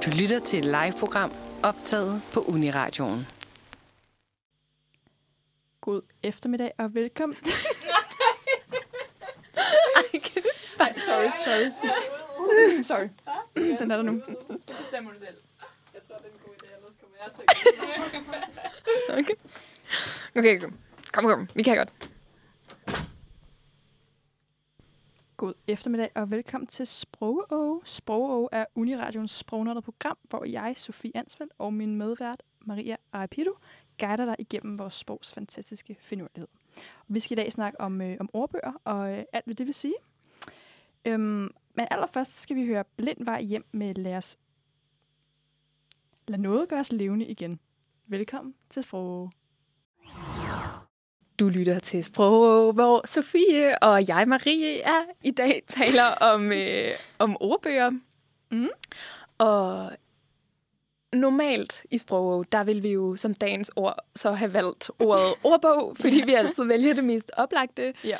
Du lytter til et live-program optaget på Uniradioen. God eftermiddag og velkommen til... Sorry. Den er der nu. Det bestemmer du selv. Jeg tror, det er en god idé, ellers kommer jeg til at Okay. Kom. Vi kan godt. God eftermiddag og velkommen til Sprogå. Sprogå er Uniradions sprognørdet program, hvor jeg, Sofie Ansfeldt, og min medvært, Maria Arapido, guider dig igennem vores sprogs fantastiske finurlighed. Vi skal i dag snakke om ordbøger og alt, hvad det vil sige. Men allerførst skal vi høre Blind vej hjem med Lad noget gøres levende igen. Velkommen til Sprogå. Du lytter til Sprog, hvor Sofie og jeg, Marie, i dag taler om ordbøger. Mm. Og normalt i Sprog, der vil vi jo som dagens ord så have valgt ordet ordbog, fordi vi altid vælger det mest oplagte. Ja.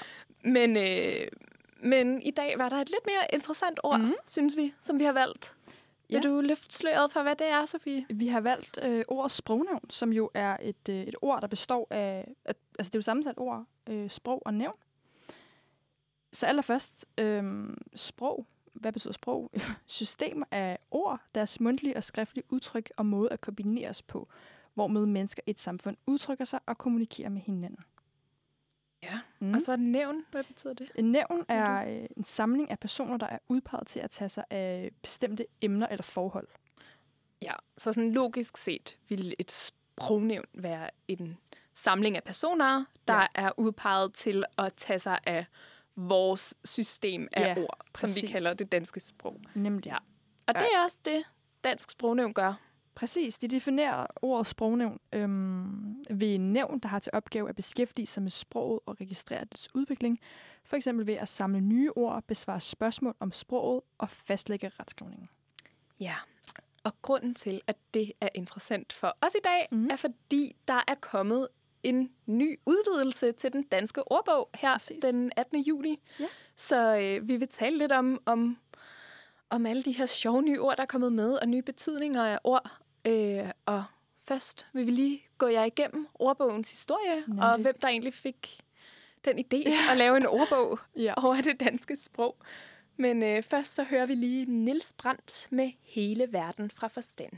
Men i dag var der et lidt mere interessant ord, synes vi, som vi har valgt. Ja. Vil du løfte sløret for, hvad det er, Sofie? Vi har valgt ordet sprognævn, som jo er et ord, der består af... Altså, det er jo sammensat ord, sprog og nævn. Så allerførst, sprog. Hvad betyder sprog? System af ord, deres mundtlige og skriftlige udtryk og måde at kombineres på, hvormed mennesker i et samfund udtrykker sig og kommunikerer med hinanden. Ja, og så nævn. Hvad betyder det? En nævn er en samling af personer, der er udpeget til at tage sig af bestemte emner eller forhold. Ja, så sådan logisk set vil et sprognævn være en samling af personer, der er udpeget til at tage sig af vores system af ord, som vi kalder det danske sprog. Nemlig. Ja. Og det er også det, dansk sprognævn gør. Præcis. De definerer ordet sprognævn ved en nævn, der har til opgave at beskæftige sig med sproget og registrere dets udvikling. For eksempel ved at samle nye ord, besvare spørgsmål om sproget og fastlægge retskrivningen. Ja, og grunden til, at det er interessant for os i dag, er fordi der er kommet en ny udvidelse til den danske ordbog her den 18. juli. Ja. Så vi vil tale lidt om alle de her sjove nye ord, der er kommet med, og nye betydninger af ord. Og først vil vi lige gå jer igennem ordbogens historie, og hvem der egentlig fik den idé at lave en ordbog over det danske sprog. Men først så hører vi lige Niels Brandt med Hele verden fra forstand.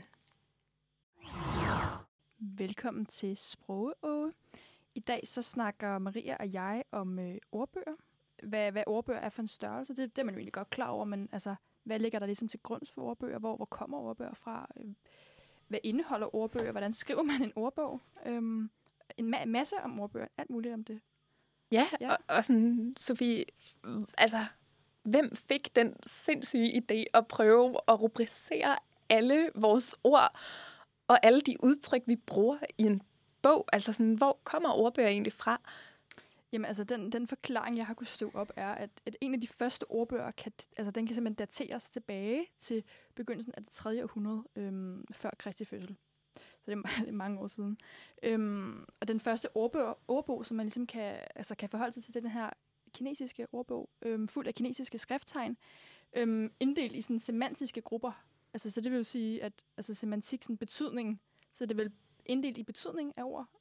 Velkommen til Sprogå. I dag så snakker Maria og jeg om ordbøger. Hvad ordbøger er for en størrelse, det er man jo egentlig godt klar over, men altså, hvad ligger der ligesom til grund for ordbøger? Hvor kommer ordbøger fra? Hvad indeholder ordbøger? Hvordan skriver man en ordbog? En masse om ordbøger. Alt muligt om det. Ja. Og sådan, Sofie, altså, hvem fik den sindssyge idé at prøve at rubricere alle vores ord og alle de udtryk, vi bruger i en bog? Altså sådan, hvor kommer ordbøger egentlig fra? Jamen altså, den forklaring, jeg har kunnet støve op, er, at en af de første ordbøger, den kan simpelthen dateres tilbage til begyndelsen af det 3. århundrede før Kristi fødsel. Så det er mange år siden. Og den første ordbog, som man ligesom kan forholde sig til, den her kinesiske ordbog, fuld af kinesiske skrifttegn, inddelt i sådan semantiske grupper. Altså, så det vil jo sige, at altså, semantik, sådan betydning, så det vil inddelt i betydning af ord.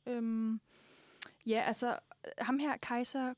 Ja, altså, ham her, kejser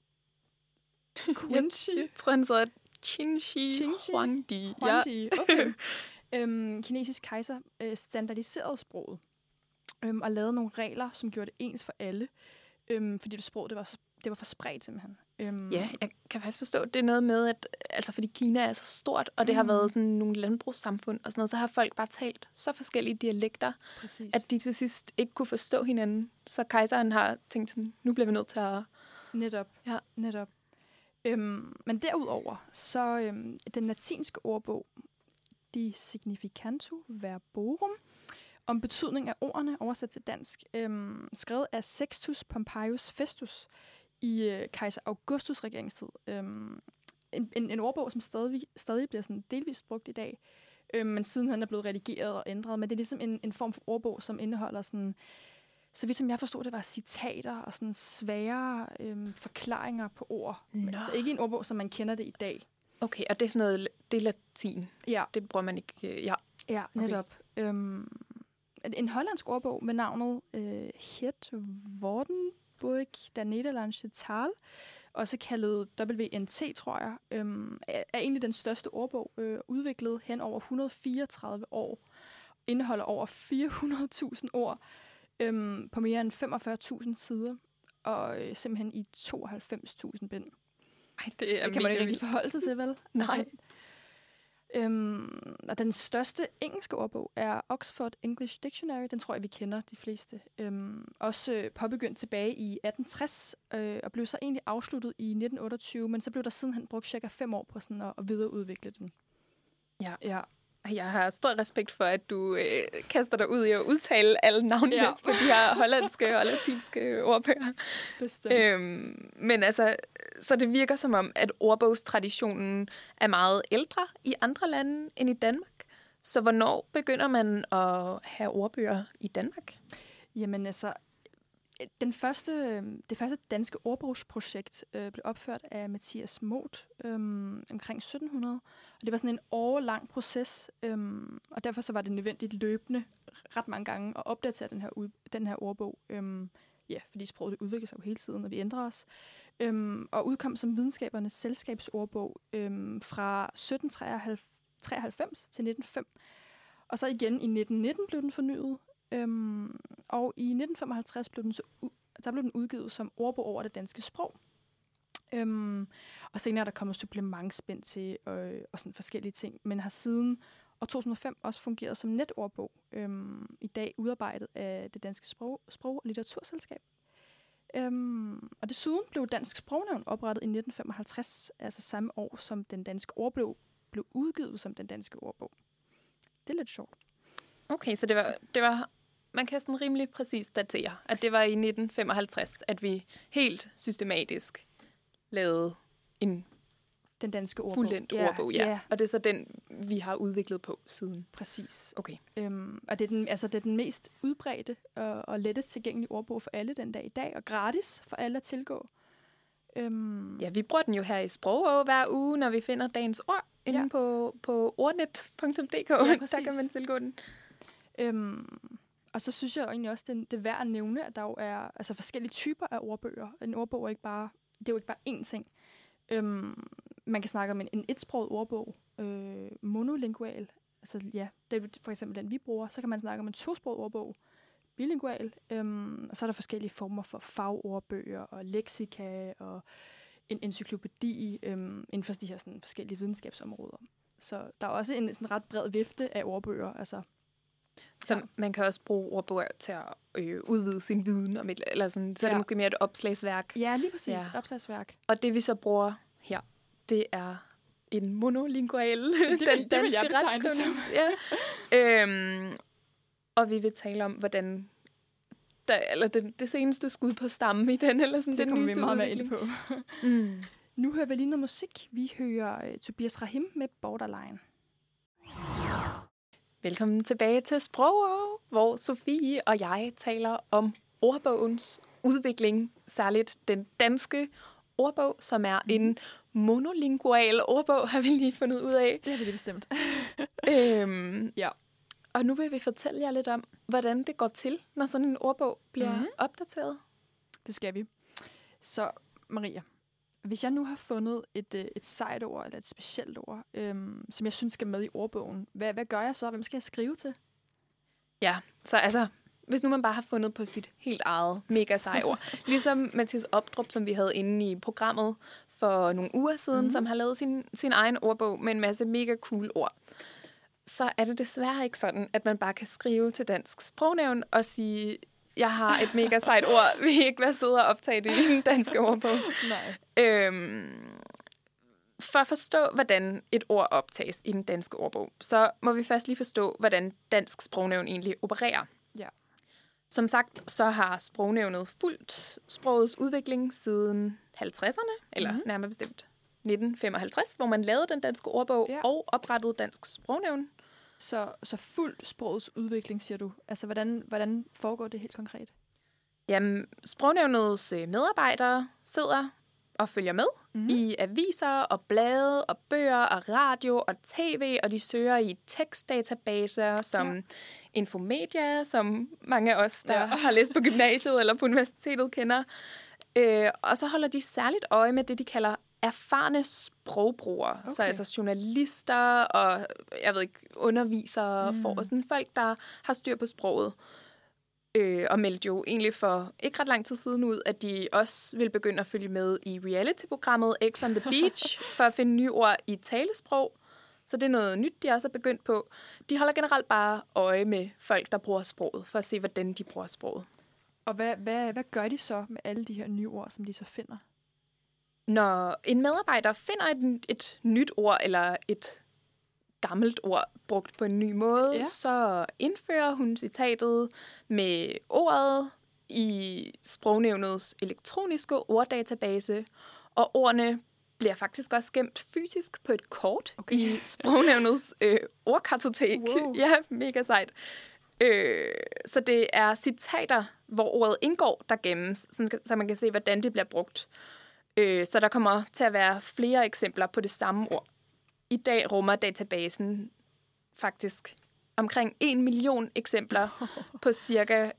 Qinshi. Jeg tror, han hedder Qinshi Huangdi. Ja. Okay. Kinesisk kejser standardiserede sproget og lavede nogle regler, som gjorde det ens for alle, fordi det sprog, det var for spredt simpelthen. Ja, jeg kan faktisk forstå, det er noget med, at altså, fordi Kina er så stort, og det har været sådan nogle landbrugssamfund og sådan noget, så har folk bare talt så forskellige dialekter, at de til sidst ikke kunne forstå hinanden. Så kejseren har tænkt sådan, nu bliver vi nødt til at... Netop. Men derudover, så den latinske ordbog, De significantu verborum, om betydning af ordene, oversat til dansk, skrevet af Sextus Pompeius Festus i kejser Augustus regeringstid. En ordbog, som stadig bliver sådan delvist brugt i dag, men sidenhen er blevet redigeret og ændret. Men det er ligesom en form for ordbog, som indeholder sådan, så vidt som jeg forstod, det var citater og sådan svære forklaringer på ord. Men altså ikke en ordbog, som man kender det i dag. Okay, og det er sådan noget, det er latin. Ja. Det bruger man ikke, Ja, netop. Okay. En hollandsk ordbog med navnet Het Woordenboek der Nederlandse Taal, også kaldet WNT, tror jeg, er egentlig den største ordbog, udviklet hen over 134 år, indeholder over 400.000 ord på mere end 45.000 sider, og simpelthen i 92.000 bind. Ej, det kan man ikke rigtig forholde sig til, vel? Nej. Altså, og den største engelske ordbog er Oxford English Dictionary. Den tror jeg, vi kender de fleste. Også påbegyndt tilbage i 1860, og blev så egentlig afsluttet i 1928, men så blev der sidenhen brugt cirka 5 år på sådan at videreudvikle den. Ja. Jeg har stor respekt for, at du kaster dig ud i at udtale alle navnene på de her hollandske og latinske ordbøger. Bestemt. Men altså, så det virker som om, at ordbogstraditionen er meget ældre i andre lande end i Danmark. Så hvornår begynder man at have ordbøger i Danmark? Jamen altså, det første danske ordbogsprojekt blev opført af Mathias Moth omkring 1700. Og det var sådan en årelang proces, og derfor så var det nødvendigt løbende ret mange gange at opdatere den her ordbog. Fordi sproget udvikler sig jo hele tiden, og vi ændrer os. Og udkom som Videnskabernes Selskabsordbog fra 1793 til 1905. Og så igen i 1919 blev den fornyet. Og i 1955 blev den udgivet som ordbog over det danske sprog. Og senere er der kommet supplementsbind til og sådan forskellige ting, men har siden år 2005 også fungeret som netordbog. I dag udarbejdet af det danske sprog- og litteraturselskab. Og desuden blev Dansk Sprognævn oprettet i 1955, altså samme år som den danske ordbog blev udgivet som den danske ordbog. Det er lidt sjovt. Okay, så det var man kan sådan rimelig præcist datere, at det var i 1955, at vi helt systematisk lavede den danske ordbog. Fuldendt ordbog, ja. Og det er så den, vi har udviklet på siden. Præcis. Okay. Og det er den mest udbredte og lettest tilgængelige ordbog for alle den dag i dag, og gratis for alle at tilgå. Ja, vi bruger den jo her i Sprogå hver uge, når vi finder dagens ord inde på ordnet.dk. Ja, der kan man tilgå den. Og så synes jeg jo egentlig også, det er værd at nævne, at der jo er altså forskellige typer af ordbøger. En ordbog er jo ikke bare én ting. Man kan snakke om en etsproget ordbog, monolingual. Altså ja, det er for eksempel den, vi bruger. Så kan man snakke om en tosproget ordbog, bilingual. Og så er der forskellige former for fagordbøger og leksika og en encyklopædi inden for de her sådan, forskellige videnskabsområder. Så der er også en sådan ret bred vifte af ordbøger. Altså, så man kan også bruge ordbøger til at udvide sin viden om eller sådan, så er det måske mere et opslagsværk. Ja, lige præcis. Ja. Opslagsværk. Og det vi så bruger her, det er en monolingual, det vil jeg betegne det som. Ja. Og vi vil tale om, hvordan det seneste skud på stammen i den, eller sådan det den nye vi meget mere ind på. Nu hører vi lige noget musik. Vi hører Tobias Rahim med Borderline. Velkommen tilbage til Sprogå, hvor Sofie og jeg taler om ordbogens udvikling, særligt den danske ordbog, som er en monolingual ordbog, har vi lige fundet ud af. Det har vi lige bestemt. Ja. Og nu vil vi fortælle jer lidt om, hvordan det går til, når sådan en ordbog bliver opdateret. Det skal vi. Så Maria, hvis jeg nu har fundet et sejt ord, eller et specielt ord, som jeg synes skal med i ordbogen, hvad gør jeg så? Hvem skal jeg skrive til? Ja, så altså, hvis nu man bare har fundet på sit helt eget mega seje ord. Ligesom Mathias Opdrup, som vi havde inde i programmet for nogle uger siden, som har lavet sin egen ordbog med en masse mega cool ord. Så er det desværre ikke sådan, at man bare kan skrive til Dansk Sprognævn og sige, jeg har et mega sejt ord, vil I ikke være søde og optage det i den danske ordbog? Nej. For at forstå, hvordan et ord optages i den danske ordbog, så må vi først lige forstå, hvordan Dansk Sprognævn egentlig opererer. Ja. Som sagt, så har Sprognævnet fulgt sprogets udvikling siden 50'erne, eller nærmere bestemt 1955, hvor man lavede den danske ordbog og oprettede Dansk Sprognævn. Så fuldt sprogets udvikling, siger du. Altså, hvordan foregår det helt konkret? Jamen, Sprognævnets medarbejdere sidder og følger med i aviser og blade og bøger og radio og tv, og de søger i tekstdatabaser som Infomedia, som mange af os, der har læst på gymnasiet eller på universitetet, kender. Og så holder de særligt øje med det, de kalder erfarne sprogbrugere. Okay. Så altså journalister og, jeg ved ikke, undervisere, for sådan folk, der har styr på sproget. Og meldte jo egentlig for ikke ret lang tid siden ud, at de også vil begynde at følge med i reality-programmet X on the Beach, for at finde nye ord i talesprog. Så det er noget nyt, de også er begyndt på. De holder generelt bare øje med folk, der bruger sproget, for at se, hvordan de bruger sproget. Og hvad gør de så med alle de her nye ord, som de så finder? Når en medarbejder finder et nyt ord, eller et gammelt ord brugt på en ny måde, så indfører hun citatet med ordet i Sprognævnets elektroniske orddatabase, og ordene bliver faktisk også gemt fysisk på et kort i Sprognævnets ordkartotek. Wow. Ja, mega sejt. Så det er citater, hvor ordet indgår, der gemmes, så man kan se, hvordan det bliver brugt. Så der kommer til at være flere eksempler på det samme ord. I dag rummer databasen faktisk omkring 1 million eksempler på ca.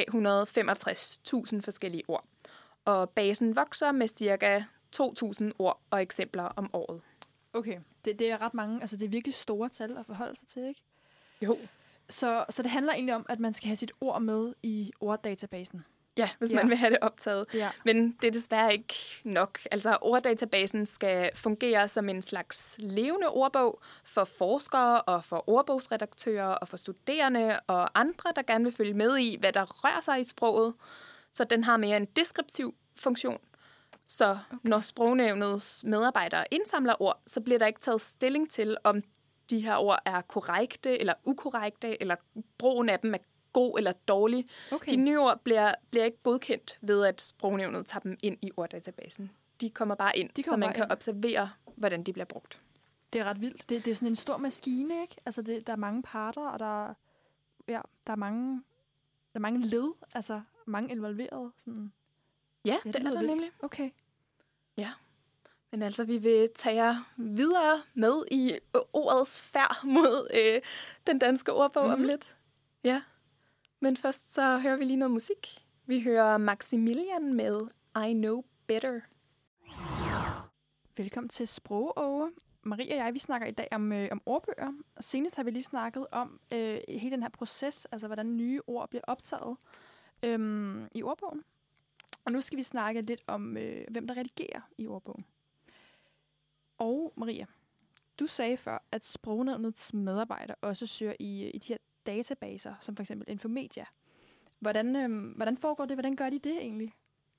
365.000 forskellige ord. Og basen vokser med ca. 2.000 ord og eksempler om året. Okay, det er ret mange. Altså, det er virkelig store tal at forholde sig til, ikke? Jo. Så det handler egentlig om, at man skal have sit ord med i orddatabasen. Ja, hvis man vil have det optaget. Ja. Men det er desværre ikke nok. Altså, orddatabasen skal fungere som en slags levende ordbog for forskere og for ordbogsredaktører og for studerende og andre, der gerne vil følge med i, hvad der rører sig i sproget. Så den har mere en deskriptiv funktion. Så når Sprognævnets medarbejdere indsamler ord, så bliver der ikke taget stilling til, om de her ord er korrekte eller ukorrekte, eller brugen af dem er god eller dårlig. Okay. De nye ord bliver ikke godkendt ved, at Sprognævnet tager dem ind i orddatabasen. De kommer bare ind, så man kan observere, hvordan de bliver brugt. Det er ret vildt. Det er sådan en stor maskine, ikke? Altså, der er mange parter, og der er mange led, altså mange involverede. Sådan. Ja, det er der nemlig. Okay. Ja. Men altså, vi vil tage jer videre med i ordets færd mod den danske ordbog om lidt. Ja. Men først så hører vi lige noget musik. Vi hører Maximilian med I Know Better. Velkommen til Sprogåge. Marie og jeg, vi snakker i dag om ordbøger. Og senest har vi lige snakket om hele den her proces, altså hvordan nye ord bliver optaget i ordbogen. Og nu skal vi snakke lidt om, hvem der redigerer i ordbogen. Og Maria, du sagde før, at Sprognævnets medarbejdere også søger i de her databaser, som for eksempel Infomedia. Hvordan foregår det? Hvordan gør de det egentlig?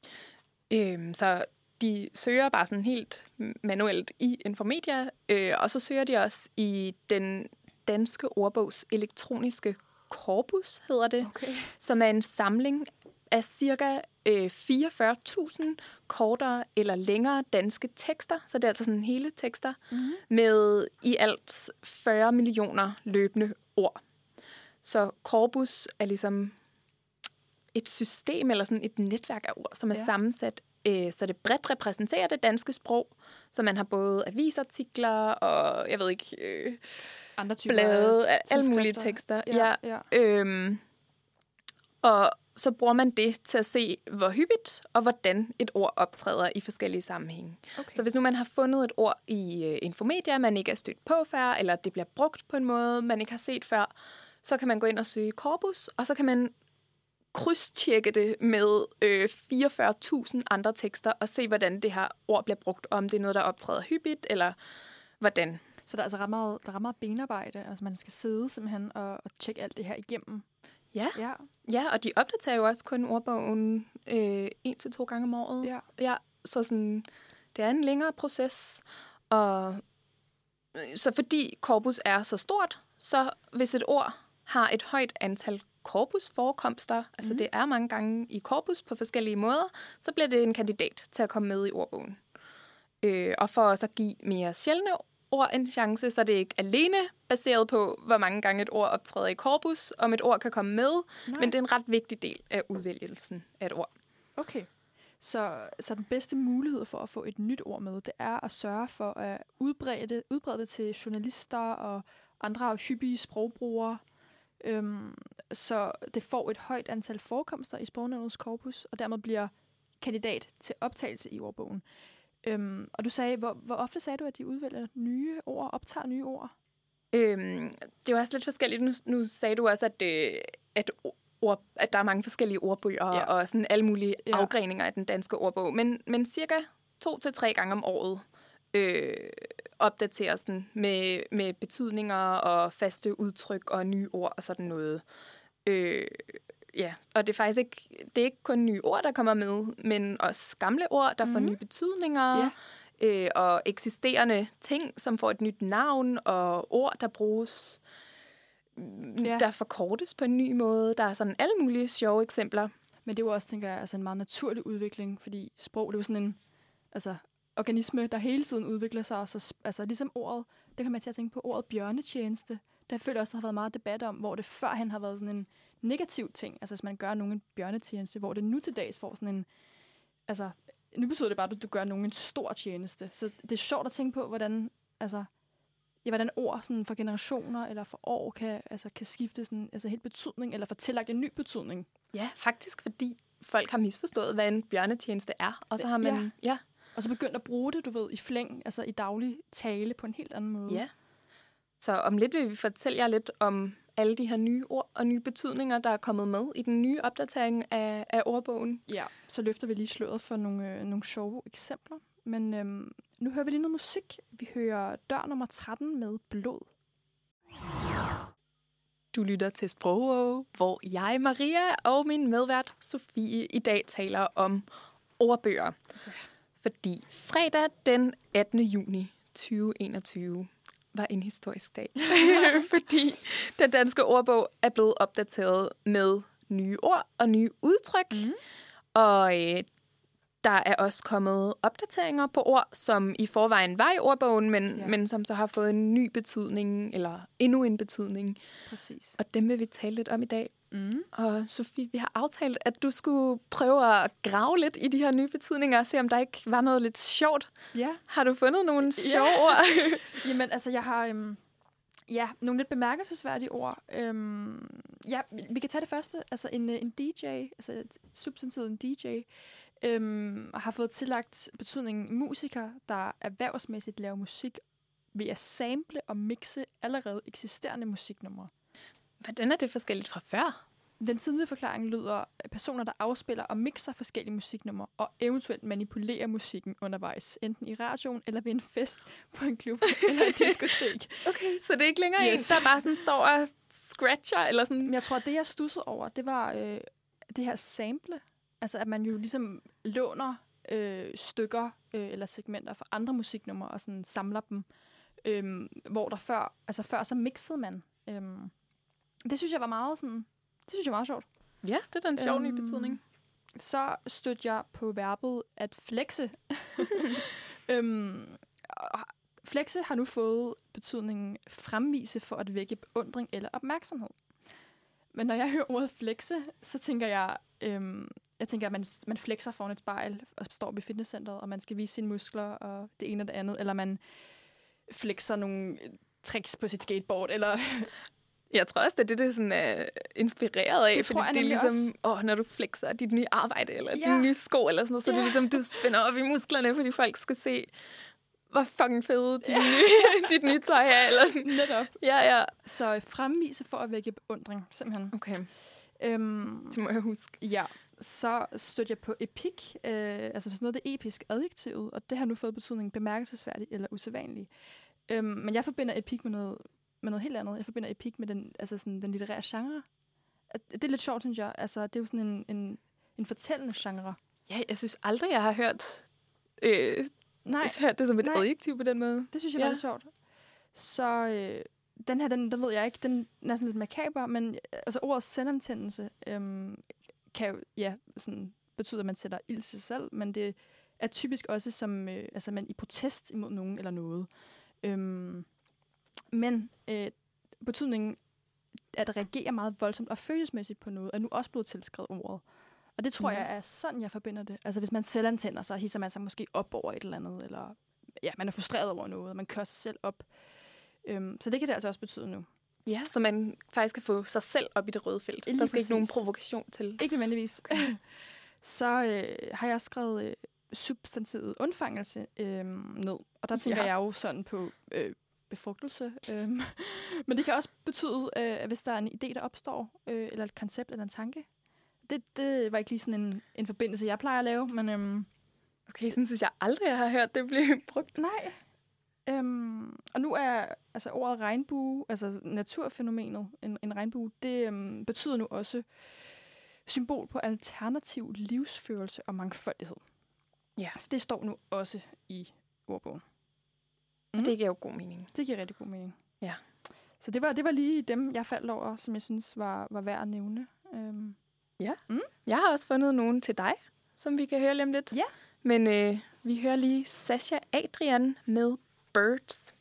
Så de søger bare sådan helt manuelt i Infomedia, og så søger de også i den danske ordbogs elektroniske korpus, hedder det, som er en samling af cirka 44.000 kortere eller længere danske tekster, så det er altså sådan hele tekster, med i alt 40 millioner løbende ord. Så korpus er ligesom et system eller sådan et netværk af ord, som er sammensat, så det bredt repræsenterer det danske sprog, så man har både avisartikler og, jeg ved ikke, andre typer blade, alle mulige tekster. Ja. Og så bruger man det til at se, hvor hyppigt og hvordan et ord optræder i forskellige sammenhænge. Okay. Så hvis nu man har fundet et ord i Infomedia, man ikke er stødt på før, eller det bliver brugt på en måde, man ikke har set før, så kan man gå ind og søge korpus, og så kan man krydstjekke det med 44.000 andre tekster, og se, hvordan det her ord bliver brugt, om det er noget, der optræder hyppigt, eller hvordan. Så der er altså ret meget benarbejde, altså man skal sidde simpelthen og tjekke alt det her igennem. Ja, og de opdaterer jo også kun ordbogen 1 til 2 gange om året. Ja, så sådan, det er en længere proces. Og så fordi korpus er så stort, så hvis et ord har et højt antal korpusforekomster, altså det er mange gange i korpus på forskellige måder, så bliver det en kandidat til at komme med i ordbogen. Og for også at give mere sjældne ord en chance, så det er ikke alene baseret på, hvor mange gange et ord optræder i korpus, om et ord kan komme med, men det er en ret vigtig del af udvælgelsen af et ord. Okay, Så den bedste mulighed for at få et nyt ord med, det er at sørge for at udbrede det til journalister og andre hyppige sprogbrugere, så det får et højt antal forekomster i Sprognævnets korpus, og dermed bliver kandidat til optagelse i ordbogen. Og du sagde, hvor ofte sagde du, at de udvælger nye ord, optager nye ord? Det er også lidt forskelligt. Nu sagde du også, at der er mange forskellige ordbøger og sådan alle mulige afgreninger af den danske ordbog. Men cirka 2 til 3 gange om året opdateres den med betydninger og faste udtryk og nye ord og sådan noget. Og det er faktisk ikke kun nye ord, der kommer med, men også gamle ord, der får nye betydninger, og eksisterende ting, som får et nyt navn, og ord, der bruges, der forkortes på en ny måde. Der er sådan alle mulige sjove eksempler. Men det er jo også, tænker jeg, altså en meget naturlig udvikling, fordi sprog, det er jo sådan en organisme, der hele tiden udvikler sig. Så ligesom ordet, det kan man til at tænke på ordet bjørnetjeneste. Der føler også, der har været meget debat om, hvor det førhen har været sådan en negativ ting. Altså hvis man gør nogen en bjørnetjeneste, hvor det nu til dags får sådan en... Altså, nu betyder det bare, at du gør nogen en stor tjeneste. Så det er sjovt at tænke på, hvordan ord sådan for generationer eller for år kan skifte sådan, helt betydning, eller få tillagt en ny betydning. Ja, faktisk fordi folk har misforstået, hvad en bjørnetjeneste er. Og så har man... Ja. Og så begyndt at bruge det, du ved, i flæng, altså i daglig tale på en helt anden måde. Ja. Så om lidt vil vi fortælle jer lidt om alle de her nye ord og nye betydninger, der er kommet med i den nye opdatering af ordbogen. Ja, så løfter vi lige sløret for nogle sjove eksempler. Men nu hører vi lige noget musik. Vi hører Dør nummer 13 med Blod. Du lytter til Sprogå, hvor jeg, Maria, og min medvært, Sofie, i dag taler om ordbøger. Okay. Fordi fredag den 18. juni 2021 var en historisk dag. Fordi den danske ordbog er blevet opdateret med nye ord og nye udtryk. Mm. Og der er også kommet opdateringer på ord, som i forvejen var i ordbogen, men som så har fået en ny betydning, eller endnu en betydning. Præcis. Og dem vil vi tale lidt om i dag. Mm. Og Sofie, vi har aftalt, at du skulle prøve at grave lidt i de her nye betydninger, og se om der ikke var noget lidt sjovt. Ja. Har du fundet nogle sjove ord? Jamen, altså, jeg har nogle lidt bemærkelsesværdige ord. Vi kan tage det første. Altså, en DJ, altså substantivet en DJ, har fået tillagt betydningen musiker, der erhvervsmæssigt laver musik ved at sample og mixe allerede eksisterende musiknumre. Hvordan er det forskelligt fra før? Den tidlige forklaring lyder personer, der afspiller og mixer forskellige musiknumre og eventuelt manipulerer musikken undervejs, enten i radioen eller ved en fest på en klub eller et diskotek. Okay, så det er ikke længere en, der bare sådan står og scratcher? Eller sådan. Men jeg tror, at det, jeg studsede over, det var det her sample. Altså, at man jo ligesom låner stykker eller segmenter fra andre musiknumre og sådan samler dem, hvor der før så mixede man. Det synes jeg var meget sådan... Det synes jeg var meget sjovt. Ja, det er den sjov nye betydning. Så stødte jeg på verbet at flexe. Flexe har nu fået betydningen fremvise for at vække beundring eller opmærksomhed. Men når jeg hører ordet flexe, så tænker jeg... at man flexer foran et spejl og står ved fitnesscenteret, og man skal vise sine muskler og det ene og det andet. Eller man flexer nogle tricks på sit skateboard, eller... Jeg tror også, det er det sådan er inspireret af, fordi det er ligesom, når du flexer dit nye arbejde, eller din nye sko, eller sådan noget, så det er ligesom, du spænder op i musklerne, fordi folk skal se, hvor fucking fede dit nye tøj er, eller sådan. Netop. Ja. Så fremvise for at vække beundring, simpelthen. Okay. Det må jeg huske. Ja. Så stødte jeg på epik, altså sådan noget det episk adjektivet, og det har nu fået betydning bemærkelsesværdig eller usædvanlig. Men jeg forbinder epik med noget helt andet. Jeg forbinder epik med den litterære genre. Det er lidt sjovt, synes jeg. Altså, det er jo sådan en fortællende genre. Ja, jeg synes aldrig, jeg har hørt det som et adjektiv på den måde. Det synes jeg var lidt sjovt. Så den her, den ved jeg ikke, den er sådan lidt makaber, men altså ordet selvantændelse kan jo sådan betyder, at man sætter ild til sig selv, men det er typisk også som man i protest imod nogen eller noget. Men betydningen at reagere meget voldsomt og følelsesmæssigt på noget, er nu også blevet tilskrevet ordet. Og det tror jeg er sådan, jeg forbinder det. Altså hvis man selvantænder, så hisser man sig måske op over et eller andet, eller man er frustreret over noget, og man kører sig selv op. Så det kan det altså også betyde nu. Ja, så man faktisk kan få sig selv op i det røde felt. Der skal ikke nogen provokation til. Ikke nødvendigvis. Så har jeg skrevet substantivet undfangelse ned. Og der tænker jeg jo sådan på befrugtelse. Men det kan også betyde, at hvis der er en idé, der opstår, eller et koncept eller en tanke. Det var ikke lige sådan en forbindelse, jeg plejer at lave. Men, okay, sådan synes jeg aldrig, jeg har hørt det blive brugt. Nej. Og nu er altså ordet regnbue, altså naturfænomenet, en regnbue, det betyder nu også symbol på alternativ livsførelse og mangfoldighed. Ja. Så det står nu også i ordbogen. Og det giver jo god mening. Det giver rigtig god mening. Ja. Så det var lige dem, jeg faldt over, som jeg synes var værd at nævne. Ja. Jeg har også fundet nogen til dig, som vi kan høre lige om lidt. Ja. Men vi hører lige Sasha Adrian med Birds.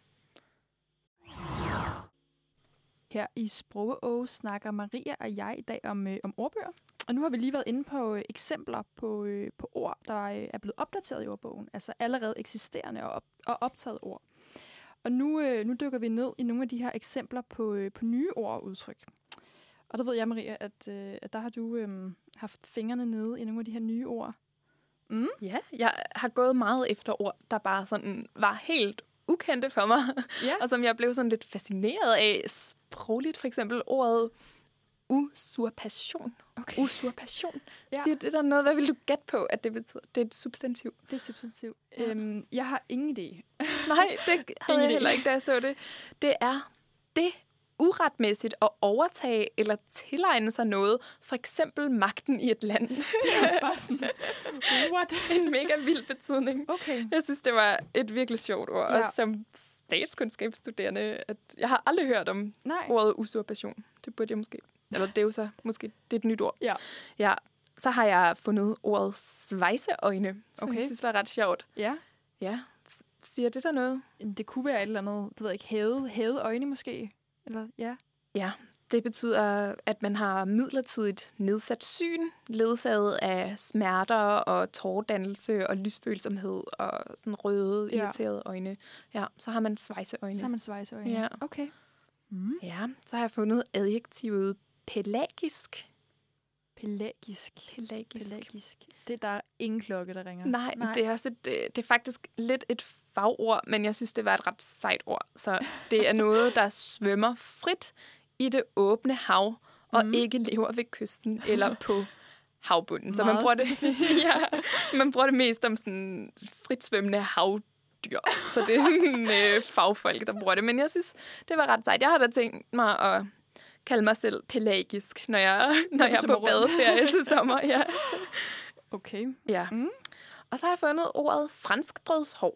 Her i Sprogå snakker Maria og jeg i dag om ordbøger. Og nu har vi lige været inde på eksempler på ord, der er blevet opdateret i ordbogen. Altså allerede eksisterende og optaget ord. Og nu dykker vi ned i nogle af de her eksempler på nye ord og udtryk. Og der ved jeg, Maria, at der har du haft fingrene nede i nogle af de her nye ord. Ja, jeg har gået meget efter ord, der bare sådan var helt ukendte for mig. Ja. Og som jeg blev sådan lidt fascineret af. Sprogligt for eksempel ordet usurpation. Okay. Usurpation. Ja. Siger det der noget? Hvad vil du gætte på, at det betyder? Det er et substantiv. Det er et substantiv. Ja. Jeg har ingen idé. Nej, det havde jeg heller ikke, da jeg så det. Det er det uretmæssigt at overtage eller tilegne sig noget. For eksempel magten i et land. Det er også bare sådan, what? En mega vild betydning. Okay. Jeg synes, det var et virkelig sjovt ord. Ja. Også som statskundskabsstuderende, at jeg har aldrig hørt om ordet usurpation. Det burde jeg måske. Eller det er jo så måske det er et nyt ord. Ja. Ja. Så har jeg fundet ordet svejseøjne, som jeg synes var ret sjovt. Ja. Ja. Siger det der noget? Det kunne være et eller andet, det ved jeg ikke, hævede øjne måske. Eller, ja. Ja, det betyder, at man har midlertidigt nedsat syn, ledsaget af smerter og tåredannelse og lysfølsomhed og sådan røde, irriterede øjne. Ja, så har man svejseøjne. Ja, okay. Ja, så har jeg fundet adjektivet pelagisk. Pelagisk. Det der er ingen klokke, der ringer. Nej. Det er også det er faktisk lidt et fagord, men jeg synes, det var et ret sejt ord. Så det er noget, der svømmer frit i det åbne hav, og ikke lever ved kysten eller på havbunden. Så man bruger man bruger det mest om sådan fritsvømmende havdyr. Så det er sådan fagfolk, der bruger det. Men jeg synes, det var ret sejt. Jeg har da tænkt mig at kalde mig selv pelagisk, når jeg er på badeferie til sommer. Ja. Okay. Ja. Og så har jeg fundet ordet franskbrødshår.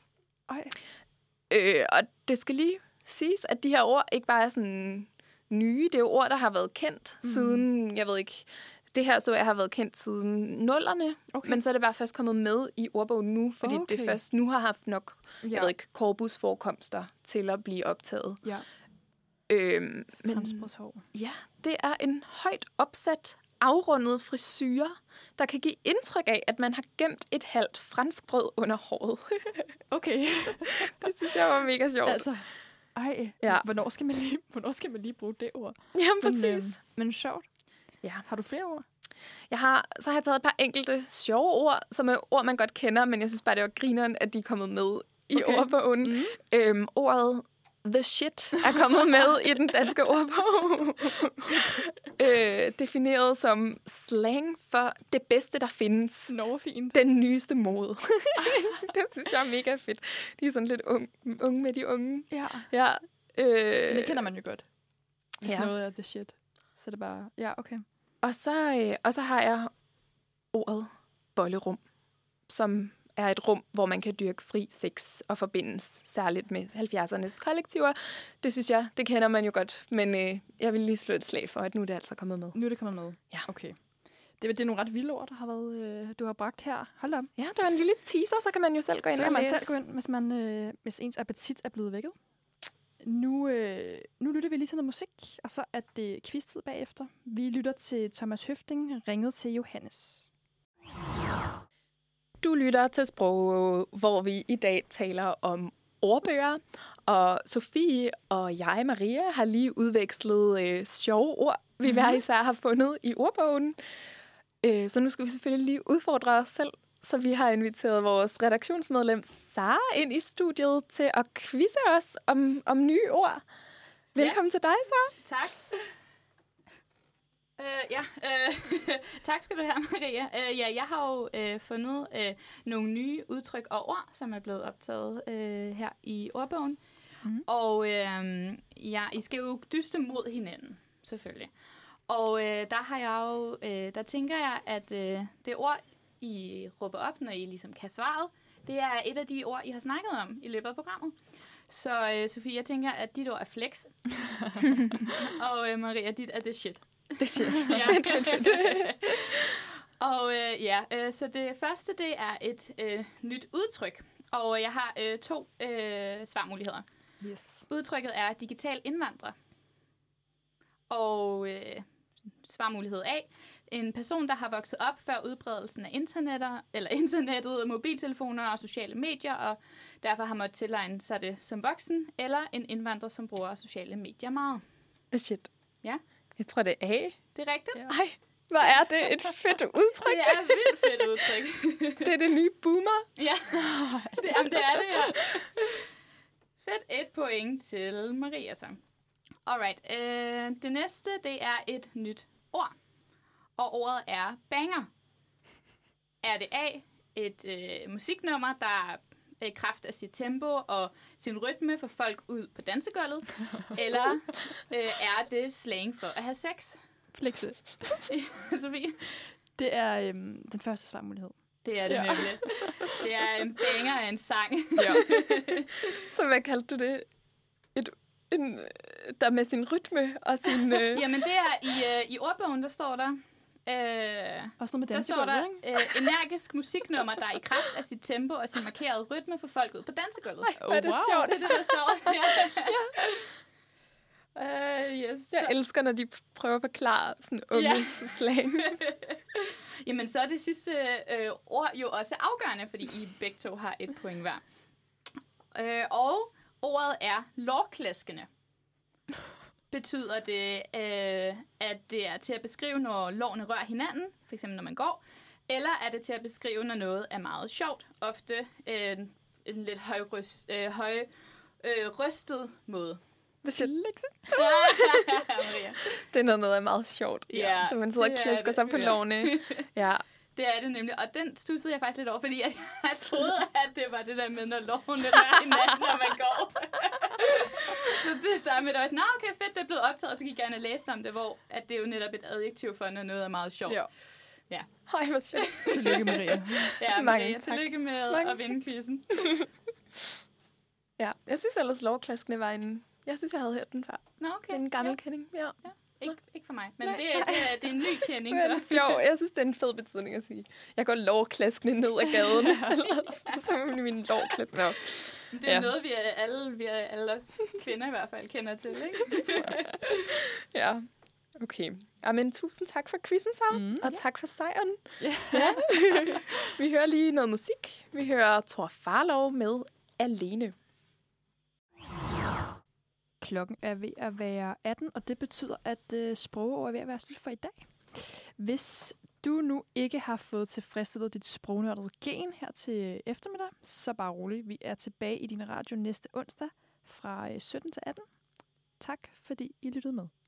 Og det skal lige siges, at de her ord ikke bare er sådan nye. Det er jo ord, der har været kendt siden, jeg ved ikke, det her så jeg har været kendt siden 00'erne, men så er det bare først kommet med i ordbogen nu, fordi det først nu har haft nok, jeg ved ikke, korpusforekomster til at blive optaget. Ja. Franskbrødshår. Ja, det er en højt opsat, afrundet frisyre, der kan give indtryk af, at man har gemt et halvt franskbrød under håret. Okay. Det synes jeg var mega sjovt. Altså, hvornår skal man lige bruge det ord? Ja, præcis. Men sjovt. Ja. Har du flere ord? Så har jeg taget et par enkelte sjove ord, som er ord, man godt kender, men jeg synes bare, det var grineren, at de er kommet med i ordbogen. Ordet the shit er kommet med i den danske ordbog. Defineret som slang for det bedste, der findes. Fint. Den nyeste mode. Det synes jeg er mega fedt. De er sådan lidt unge med de unge. Ja. Det kender man jo godt. Hvis noget er the shit. Så er det bare, okay. Og så har jeg ordet bollerum, som er et rum, hvor man kan dyrke fri sex og forbindes særligt med 70'ernes kollektiver. Det synes jeg, det kender man jo godt. Men jeg vil lige slå et slag for, at nu er det altså kommet med. Nu er det kommet med? Ja. Okay. Det er nogle ret vilde ord, der har været, du har bragt her. Hold op. Ja, det var en lille teaser, så kan man jo selv gå ind og læse. Så kan man selv gå ind, hvis ens appetit er blevet vækket. nu lytter vi lige til noget musik, og så er det quiz-tid bagefter. Vi lytter til Thomas Høfting, Ringet til Johannes. Du lytter til Sprog, hvor vi i dag taler om ordbøger, og Sofie og jeg, Maria, har lige udvekslet sjove ord, vi hver især har fundet i ordbogen. Så nu skal vi selvfølgelig lige udfordre os selv, så vi har inviteret vores redaktionsmedlem Sara ind i studiet til at quizze os om nye ord. Velkommen til dig, Sara. Tak. Tak skal du have, Maria. Jeg har jo fundet nogle nye udtryk og ord, som er blevet optaget her i ordbogen. Og I skal jo dyste mod hinanden, selvfølgelig. Og der tænker jeg, at det ord, I råber op, når I ligesom kan svaret, det er et af de ord, I har snakket om i løbet af programmet. Så Sofie, jeg tænker, at dit ord er flex. Og Maria, dit er det shit. Det shit. Fedt. Og så det første, det er et nyt udtryk. Og jeg har 2 svarmuligheder. Yes. Udtrykket er digital indvandrer. Og svarmulighed A. En person, der har vokset op før udbredelsen af internettet, mobiltelefoner og sociale medier, og derfor har måttet tilegne sig det som voksen, eller en indvandrer, som bruger sociale medier meget. Det shit. Ja. Jeg tror, det er A. Det er rigtigt. Ja. Ej, hvor er det et fedt udtryk. Det er et vildt fedt udtryk. Det er det nye boomer. Ja, det er det, ja. Fedt. 1 point til Maria så. Alright. Det næste, det er et nyt ord. Og ordet er banger. Er det A, et musiknummer, der i kraft af sit tempo og sin rytme får folk ud på dansegulvet? Eller er det slang for at have sex? Flexe. Sofie? Det er den første svarmulighed. Det er det nemlig. Det er en banger af en sang. Ja. Så hvad kaldte du det? Der med sin rytme og sin... Jamen det er i ordbogen, der står der... Også noget med der står dansegulvet, der energisk musiknummer, der i kraft af sit tempo og sin markerede rytme får folk ud på dansegulvet. Ej, er det sjovt. Det er det, der står. Yes. Jeg elsker, når de prøver at forklare sådan unges slang. Jamen, så er det sidste ord jo også afgørende, fordi I begge to har 1 point hver. Og ordet er lårklaskende. Betyder det, at det er til at beskrive, når lårene rører hinanden, f.eks. når man går, eller er det til at beskrive, når noget er meget sjovt, ofte en lidt rystet måde. Det er Lekse. det er noget er meget sjovt, Ja, så man sidder og klasker sig på lårene. Ja. Det er det nemlig, og den stussede jeg faktisk lidt over, fordi jeg troede, at det var det der med, når lårene rører hinanden, når man går. Så det startede med, at jeg var sådan, okay, fedt, det er blevet optaget, og så gik jeg gerne og læse om det, hvor at det er jo netop et adjektiv for, når noget er meget sjovt. Ja. Hej, hvor sjovt. Tillykke, Maria. Ja, Mange Maria, tillykke med at vinde quizzen. Ja, jeg synes ellers, lårklaskende var jeg synes, jeg havde hørt den før. Nå, okay. Det er en gammel kending, ja. Ikke for mig, men det er en ny kending. Det er sjovt. Jeg synes, det er en fed betydning at sige. Jeg går lårklaskende ned ad gaden. Så er min lårklaskende. No. Det er noget, vi alle os kvinder i hvert fald kender til, ikke? Det tror jeg. Ja, okay. Jamen, tusind tak for quizzen, Sara. Og tak for sejren. Ja. Vi hører lige noget musik. Vi hører Thor Farlov med Alene. Klokken er ved at være 18, og det betyder, at sprogord er ved at være slut for i dag. Hvis du nu ikke har fået tilfredsstillet dit sprognørdede gen her til eftermiddag, så bare rolig. Vi er tilbage i din radio næste onsdag fra 17 til 18. Tak fordi I lyttede med.